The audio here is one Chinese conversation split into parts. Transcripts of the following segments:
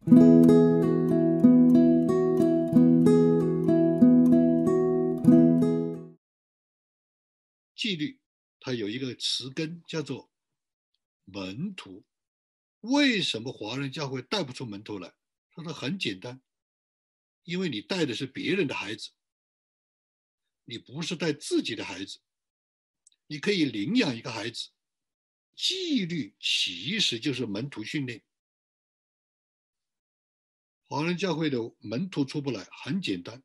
纪律它有一个词根叫做门徒。为什么华人教会带不出门徒来？他说很简单，因为你带的是别人的孩子，你不是带自己的孩子。你可以领养一个孩子，纪律其实就是门徒训练。华人教会的门徒出不来，很简单，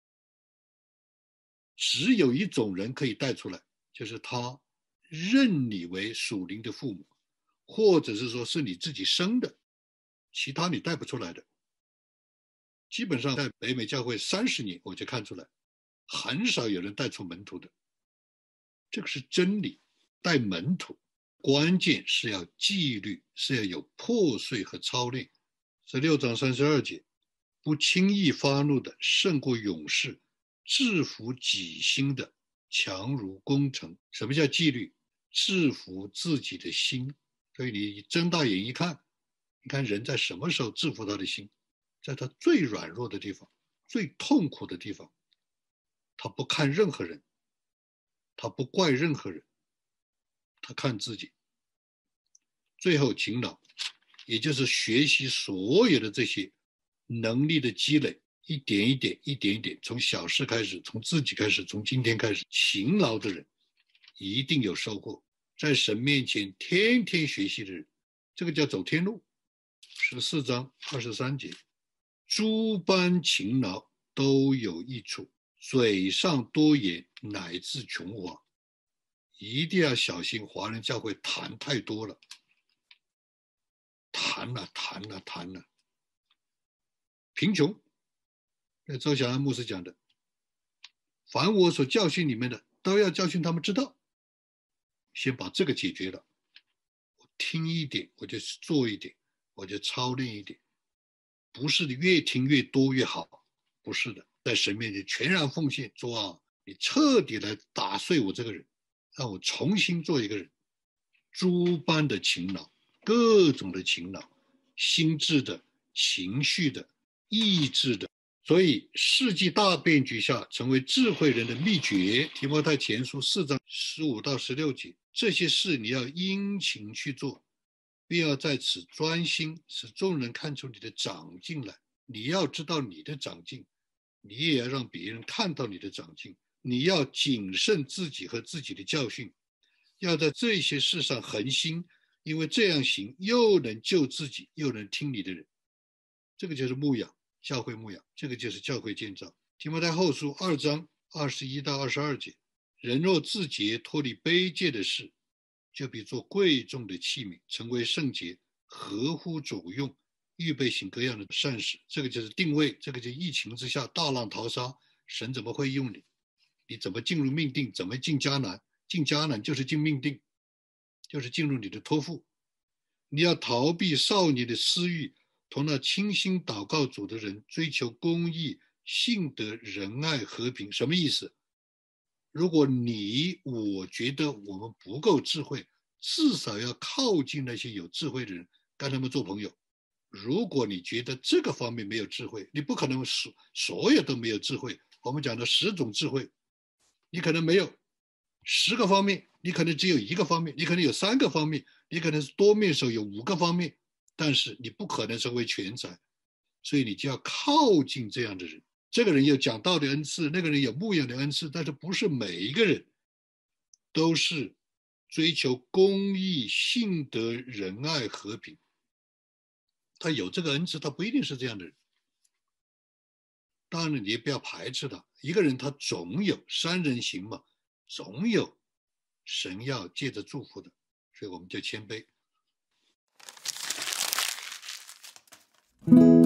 只有一种人可以带出来，就是他认你为属灵的父母，或者是说是你自己生的，其他你带不出来的。基本上在北美教会30年，我就看出来，很少有人带出门徒的。这个是真理。带门徒关键是要纪律，是要有破碎和操练。16章32节，不轻易发怒的胜过勇士，制服己心的强如攻城。什么叫纪律？制服自己的心。所以你睁大眼一看，你看人在什么时候制服他的心？在他最软弱的地方，最痛苦的地方，他不看任何人，他不怪任何人，他看自己。最后勤劳，也就是学习所有的这些能力的积累，一点一点，一点一点，从小事开始，从自己开始，从今天开始，勤劳的人一定有收获。在神面前天天学习的人，这个叫走天路。14章23节，诸般勤劳都有益处，嘴上多言乃至穷华。一定要小心，华人教会谈太多了，谈了。贫穷，那周小安牧师讲的，凡我所教训你们的，都要教训他们知道。先把这个解决了，我听一点，我就做一点，我就操练一点，不是越听越多越好，不是的，在神面前全然奉献。主啊，你彻底来打碎我这个人，让我重新做一个人。诸般的勤劳，各种的勤劳，心智的、情绪的、意志的。所以世纪大变局下成为智慧人的秘诀，提摩太前书4章15到16节，这些事你要殷勤去做，并要在此专心，使众人看出你的长进来。你要知道你的长进，你也要让别人看到你的长进。你要谨慎自己和自己的教训，要在这些事上恒心，因为这样行又能救自己又能听你的人。这个就是牧养，教会牧养，这个就是教会建造。提摩太后书2章21到22节，人若自洁，脱离卑贱的事，就必做贵重的器皿，成为圣洁，合乎主用，预备行各样的善事。这个就是定位，这个就是疫情之下大浪淘沙，神怎么会用你？你怎么进入命定？怎么进迦南？进迦南就是进命定，就是进入你的托付。你要逃避少年的私欲，同那倾心祷告主的人追求公义、信德、仁爱、和平。什么意思？如果我觉得我们不够智慧，至少要靠近那些有智慧的人，跟他们做朋友。如果你觉得这个方面没有智慧，你不可能所有都没有智慧。我们讲的10种智慧，你可能没有10个方面，你可能只有1个方面，你可能有3个方面，你可能是多面手有5个方面，但是你不可能成为全才，所以你就要靠近这样的人。这个人有讲道的恩赐，那个人有牧养的恩赐，但是不是每一个人都是追求公义、信德、仁爱、和平。他有这个恩赐，他不一定是这样的人。当然你也不要排斥他，一个人他总有3人行嘛，总有神要借着祝福的，所以我们就谦卑。